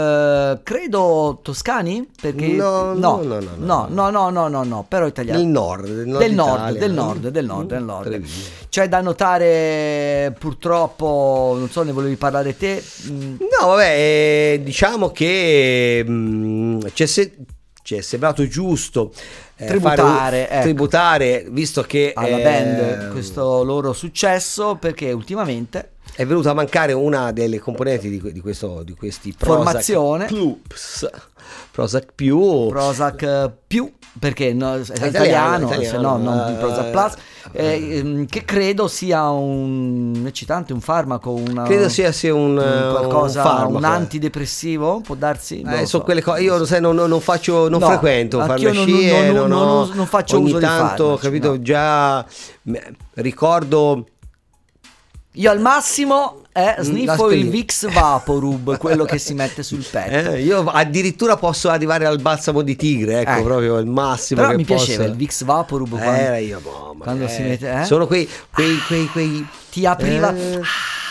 eh, credo toscani, perché No, no, no, no, no, no. no, no, no, no, no, però italiani. Del nord, del nord, del nord, Italia, del no? nord, del nord, del nord. Treviso. C'è da notare, purtroppo, non so, ne volevi parlare te. mm, No, vabbè, eh, diciamo che mh, ci è se- ci è sembrato giusto eh, Tributare, fare un- ecco. tributare, visto che alla eh, band questo loro successo, perché ultimamente è venuta a mancare una delle componenti di, que- di questo, di questi Prozac Formazione. Plus. Prozac più. Prozac eh, più, perché no, è italiano, italiano, italiano, se no non eh, Prozac Plus, eh, eh, ehm, che credo sia un eccitante, un farmaco, una, Credo sia, sia un, un eh, qualcosa, un farmaco, un eh. antidepressivo, può darsi? Non Eh, lo sono so. quelle cose, io sai, non, non- non faccio, non No, frequento anch'io non- farmacie, non- non, non ho- uso- non faccio ogni uso di tanto, farmaci, capito, no. già m- ricordo. Io al massimo Eh, Mm, sniffo la il spegni. Vicks Vaporub, quello che si mette sul petto. Eh, io addirittura posso arrivare al balsamo di tigre, ecco, Ecco. proprio il massimo Però che mi piaceva posso. il Vicks Vaporub Eh, quando, Era io, mamma quando mia, si eh. mette, eh? Sono quei quei quei quei ti apriva Eh.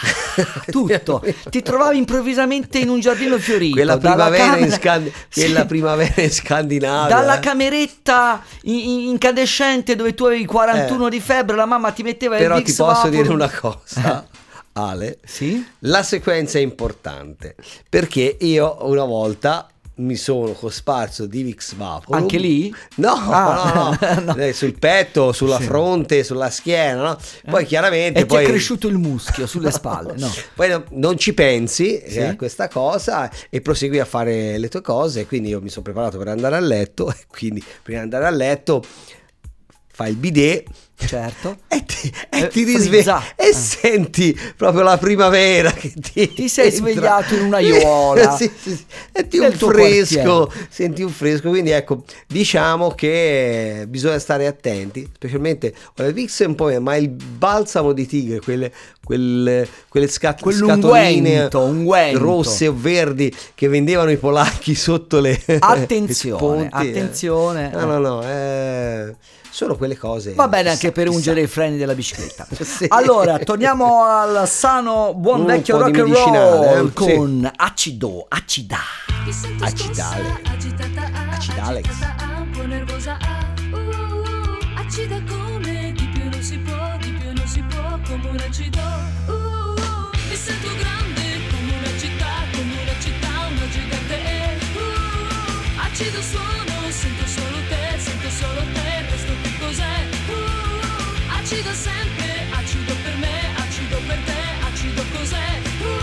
tutto, ti trovavi improvvisamente in un giardino fiorito. Quella dalla primavera in camera- Scandi- Sì. quella primavera in Scandinavia. Dalla eh. cameretta in- in- incandescente dove tu avevi quarantuno Eh. di febbre, la mamma ti metteva il Però Vicks ti posso Vaporub. dire una cosa, Ale. Sì? La sequenza è importante perché io una volta mi sono cosparso di Vicks Vaporub. Anche lì? No, Ah, no, no. Eh, sul petto, sulla Sì. fronte, sulla schiena, no? Poi chiaramente E ti poi è cresciuto il muschio sulle spalle, no? Poi no- non ci pensi Sì. a questa cosa e prosegui a fare le tue cose. Quindi io mi sono preparato per andare a letto. E quindi prima di andare a letto fai il bidet Certo. e ti, e Eh, ti risvegli frizza. e Ah. senti proprio la primavera che ti Ti sei entra. svegliato in un'aiuola. Sì, sì, sì. Senti Nel un tuo fresco, quartiere. senti un fresco. Quindi ecco, diciamo che bisogna stare attenti, specialmente ora il Vicks è un po', ma il balsamo di tigre, quelle, quelle, quelle scat- scatoline Quell'unguento, unguento. rosse o verdi che vendevano i polacchi sotto le Attenzione, i ponti, eh. attenzione. No, no, no, eh, sono quelle cose. Va bene anche chissà, per chissà. ungere i freni della bicicletta. Sì. Allora, torniamo al sano buon Un vecchio po' di rock and medicinale, roll eh? con acido, acida. Mi sento Acidale. scossa, agitata, ah, Acidalex. agitata, ah, un po' nervosa, ah, uh, uh, uh, acida come di più non si può, di più non si può, come un acido. Uh, uh, uh, mi sento grande come una città, come una città, una gigante. Uh, uh, uh, acido suono, sento solo te, sento solo te, resto che cos'è? Uh, uh, uh, acido sempre, acido per me, acido per te, acido cos'è? Uh, uh,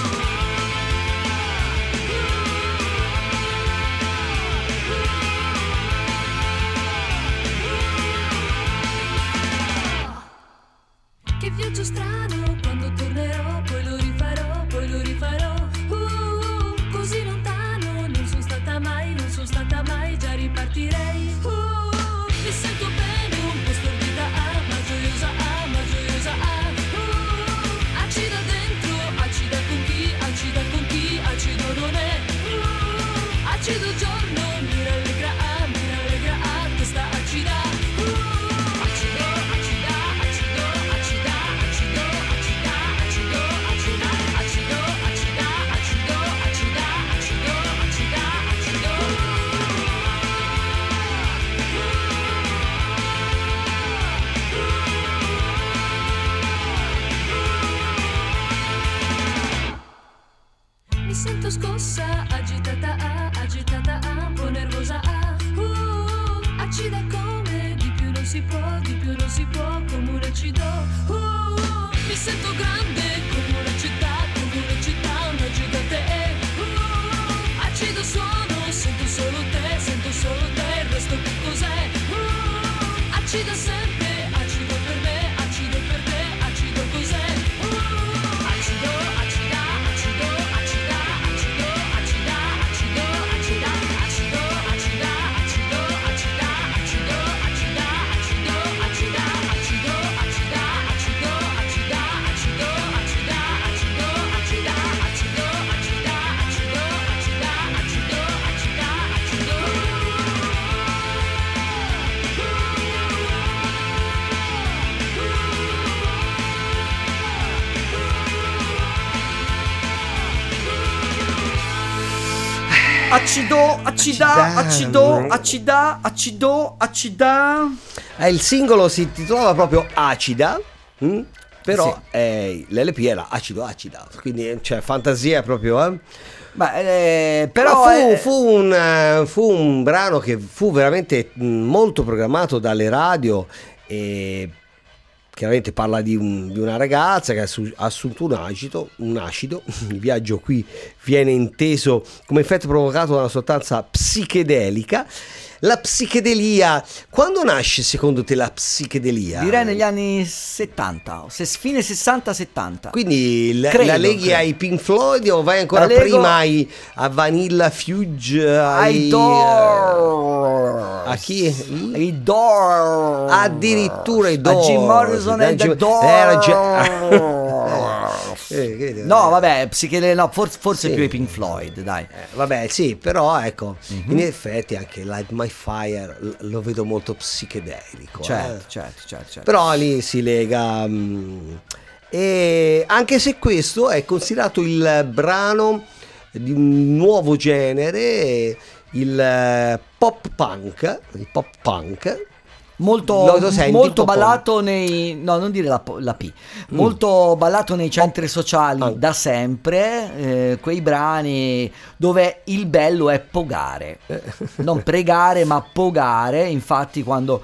che viaggio strano, quando tornerò, poi lo rifarò, poi lo rifarò. Uh, uh, così lontano, non sono stata mai, non sono stata mai, già ripartirei. Uh, uh, mi sento bene, un po' stordita, ah, ma gioiosa, ah, ma gioiosa, ah. Uh, uh, acida dentro, acida con chi, acida con chi, acido non è. Uh, uh, acido giorno, mi rallegra, ah, mi rallegra, ah, questa acida. Uh, uh, acido, acida, acido, acida, acido, acida, acido, acida, acido, acida, acido, acida, acido, acida, acido. Mi sento scossa, agitata, ah, agitata, ah, un po' nervosa, ah, uh, uh, acida come di più non si può, di più non si può, come un acido. Uh, uh, mi sento grande come una città, come una città, una gigante. Uh, uh, acido suono, sento solo te, sento solo te, il resto che cos'è? Uh, uh, acido sempre, acido per me, acido per te, acido cos'è? Uh, uh, acido, acida, acido, acida, acido, acida, acido, acida, acido, acida, acido, acida, acido, acida, acido, acida, acido, acida, acido, acida, acido, acida, acido, acida, acido, acida, acido, acida, acido, acida, acido. Acido, acida, acido, acida, acido, acida. Eh, il singolo si intitolava proprio Acida, mm? però eh, l'L P era Acido Acida, quindi c'è fantasia proprio, eh? Ma eh, Però però fu, eh, fu un, eh, fu un brano che fu veramente mh, molto programmato dalle radio e chiaramente parla di, un- di una ragazza che ha assu- ha assunto un acido, un acido. Il viaggio qui viene inteso come effetto provocato da una sostanza psichedelica. La psichedelia, quando nasce secondo te la psichedelia? direi negli anni settanta, se fine sessanta settanta. Quindi la, Credo, la leghi credo. ai Pink Floyd o vai ancora La lego prima ai, a Vanilla Fudge? Ai, I Doors. A chi? I? I Doors. Addirittura i A Doors. Jim Morrison Da e The Jim- Doors. Era Ge- Eh, credo, No, eh. vabbè, psichedelico, no, forse, forse Sì. più i Pink Floyd, dai. Eh, vabbè, sì, però ecco, Mhm. in effetti anche Light My Fire l- lo vedo molto psichedelico. Certo, eh. certo, certo, certo. Però lì si lega. mm, e anche se questo è considerato il brano di un nuovo genere, il eh, pop punk, il pop punk. Molto, Lo- lo senti, molto un po' ballato nei, no, non dire la, po- la P, molto ballato nei centri sociali punk. da sempre, eh, quei brani dove il bello è pogare, non pregare ma pogare. Infatti quando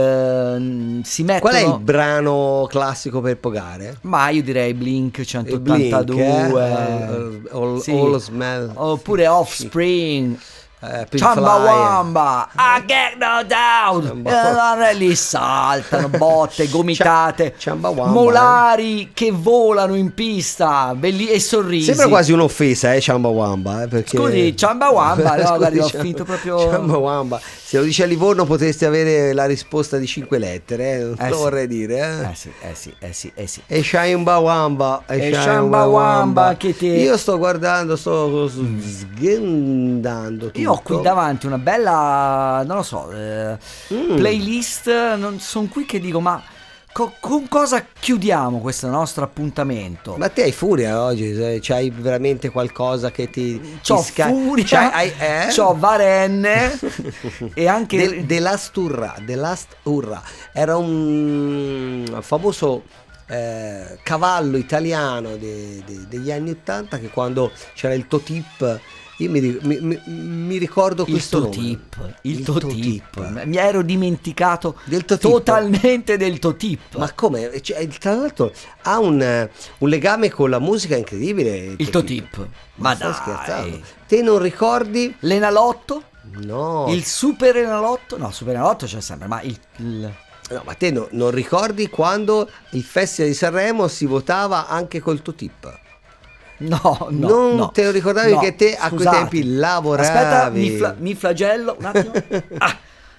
eh, si mettono, Qual è il brano classico per pogare? ma io direi Blink Il centottantadue, Blink, eh? All- sì. All Smell- oppure Offspring, Eh, Pink Chamba Floyd. Wamba, I get no doubt. Chamba- E allora lì saltano botte, gomitate, Ch- Chamba Wamba, molari che volano in pista, belli e sorrisi. Sembra quasi un'offesa, eh, Chamba Wamba, eh, perché... Scusi, Chamba Wamba, no, Scusi, guardi, ho Chamba- finto proprio- Chamba Wamba. Se lo dice a Livorno potresti avere la risposta di cinque lettere, eh, non Eh lo sì. vorrei dire, eh. Eh sì, eh sì, eh sì, eh sì. E Chamba Wamba, E Chamba Chamba Wamba che ti- Io sto guardando, sto sghendando tutto. Io ho qui davanti una bella, non lo so, eh, Mm. playlist, non sono qui che dico, ma co- con cosa chiudiamo questo nostro appuntamento? Ma te hai furia oggi, se c'hai veramente qualcosa che ti, ti C'ho sca- furia, c'hai- hai- eh? c'ho Varenne e anche The, The Last Hurrah, The Last Hurrah era un famoso eh, cavallo italiano de- de- degli anni ottanta che quando c'era il Totip, io mi, ri- mi- mi- mi ricordo il questo nome. Totip, il, Il Totip. Totip. Mi ero dimenticato Del Totip. totalmente del Totip. Ma come? Cioè, tra l'altro ha un, un legame con la musica incredibile. Il Totip. Ma stai dai. scherzando? Te non ricordi? L'Enalotto? No. Il Super Enalotto? No, Super Enalotto c'è sempre, ma il... il- No, ma te no- non ricordi quando il Festival di Sanremo si votava anche col Totip? No, no, Non no. te lo ricordavi No, che te a quei scusate. tempi lavoravi? Aspetta, mi, fla- mi flagello un attimo. Ah,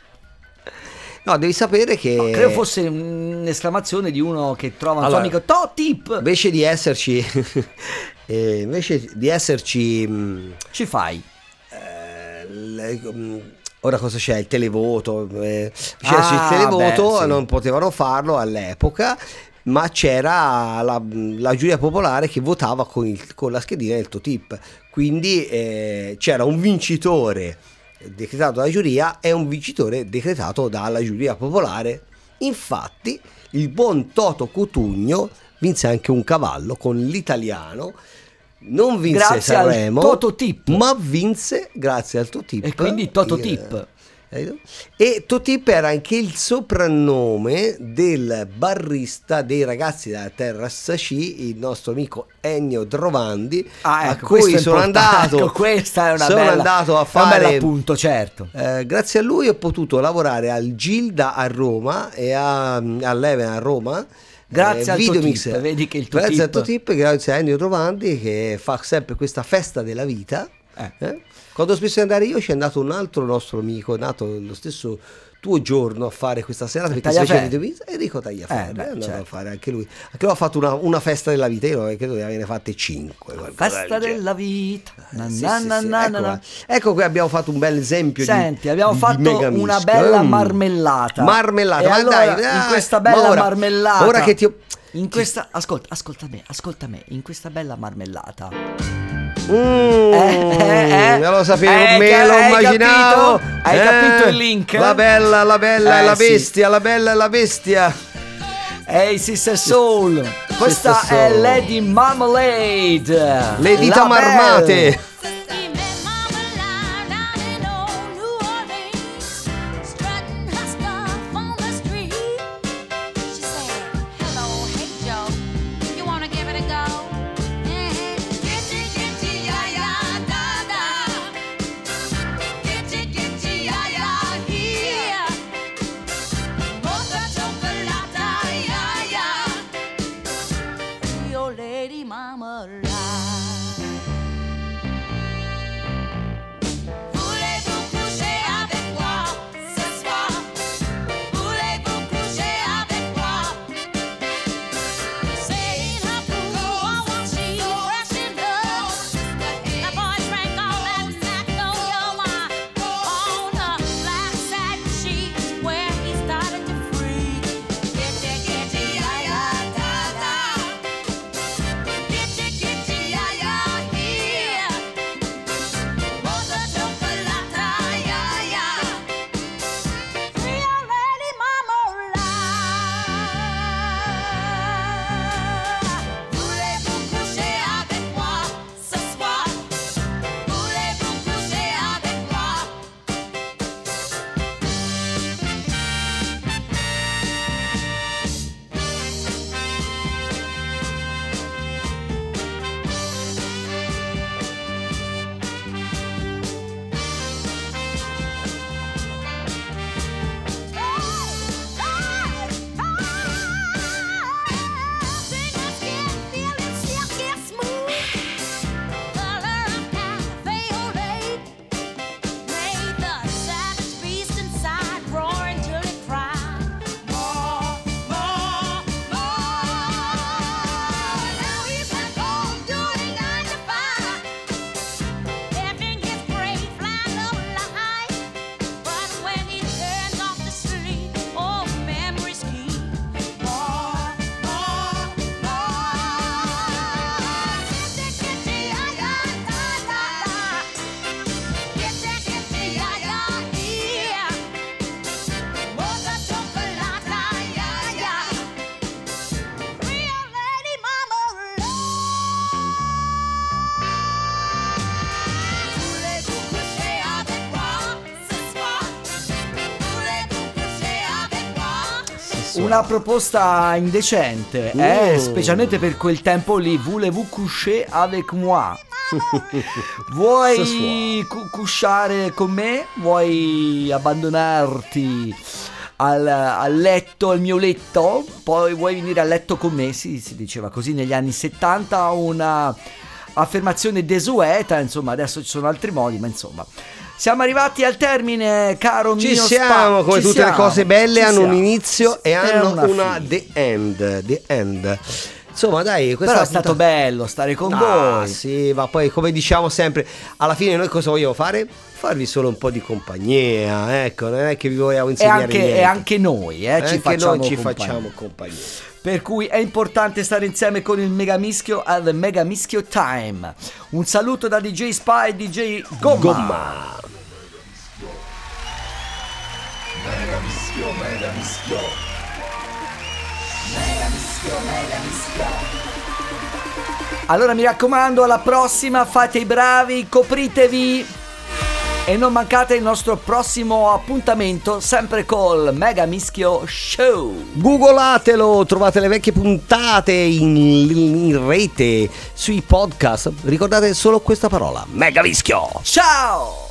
No, devi sapere che no, credo fosse un'esclamazione di uno che trova un Allora, suo amico Totip. invece di esserci eh, invece di esserci mh, Ci fai. eh, le- mh, ora cosa c'è? Il televoto, eh, c'è Ah, il televoto, beh, sì. non potevano farlo all'epoca, ma c'era la, la giuria popolare che votava con, il- con la schedina del Totip, quindi eh, c'era un vincitore decretato dalla giuria e un vincitore decretato dalla giuria popolare. Infatti il buon Toto Cutugno vinse anche un cavallo con l'italiano. Non vinse Grazie al Sanremo, Tototip. ma vinse grazie al Totip. E quindi Toto Il- Tip. E Totip era anche il soprannome del barista dei ragazzi della Terrazza C, il nostro amico Ennio Drovandi, Ah, a ecco, questo cui è sono importante. andato. Ecco, questa è una sono bella, andato a è un fare. bel appunto, certo. Eh, grazie a lui ho potuto lavorare al Gilda a Roma e a, all'Even a Roma. Grazie al Videomix. Totip, vedi che il Grazie al Totip- Totip, grazie a Ennio Drovandi che fa sempre questa festa della vita. Eh. Eh? Quando spesso andare io c'è andato un altro nostro amico nato lo stesso tuo giorno a fare questa serata perché si faceva Tagliaferri. Videomix, Enrico Tagliaferri, Eh, beh, è andato certo. a fare anche lui. Anche lui ha fatto una, una festa della vita, io credo che averne fatte cinque. qualcosa Festa del genere. della vita. Na, Sì, na, sì, na, sì. na, Ecco, na, na. ecco qui abbiamo fatto un bel esempio. Senti, di, abbiamo di fatto Megamischio. una bella Mm. marmellata. Marmellata, E ma allora, dai, dai, in questa ma bella ora- marmellata. ora che ti ho- In questa, ascolta, ascolta me, ascolta me, in questa bella marmellata. Mm, Eh, eh, eh. me lo sapevo, Eh, me che- lo hai immaginavo. capito? Hai capito il link? La bella, la bella e Eh, la sì. bestia, la bella e la bestia. Ehi, Sister Soul. Questa Sister è Soul. Lady Marmalade. Le dita La marmate. Belle. He met Mama Line down in old New Orleans, strutting her stuff on the street. She said, "Hello, hey Joe, you wanna give it a go?" Eh, Gitty, gitty, ya, ya, da, da. Gitty, gitty, ya, ya, here. Mocha chocolata, ya, ya. Your Lady Marmalade. sessuale. Una proposta indecente, eh, Mm. specialmente per quel tempo lì. Voulez-vous coucher avec moi? Vuoi Sessuale. cu- cusciare con me? Vuoi abbandonarti al, al letto, al mio letto? Poi vuoi venire a letto con me? Sì, si diceva così negli anni settanta, una affermazione desueta, insomma, adesso ci sono altri modi, ma insomma. Siamo arrivati al termine, caro Ci mio siamo, Spa. come Ci tutte siamo, le cose belle ci hanno un siamo. inizio e È hanno una, fine. the end, the end. Insomma, dai, questa Però è stato puntata- bello stare con Ah, voi. sì, ma poi come diciamo sempre, alla fine noi cosa vogliamo fare? Farvi solo un po' di compagnia, ecco, non è che vi vogliamo E insegnare anche, niente. e anche noi, eh, ci Anche facciamo noi ci compagnia. facciamo compagnia. Per cui è importante stare insieme con il Mega Mischio al Mega Mischio Time. Un saluto da D J Spa e D J Gomma. Gomma. Allora mi raccomando, alla prossima, fate i bravi, copritevi e non mancate il nostro prossimo appuntamento, sempre col Mega Mischio Show. Googlatelo, trovate le vecchie puntate in, in rete, sui podcast. Ricordate solo questa parola: Mega Mischio. Ciao!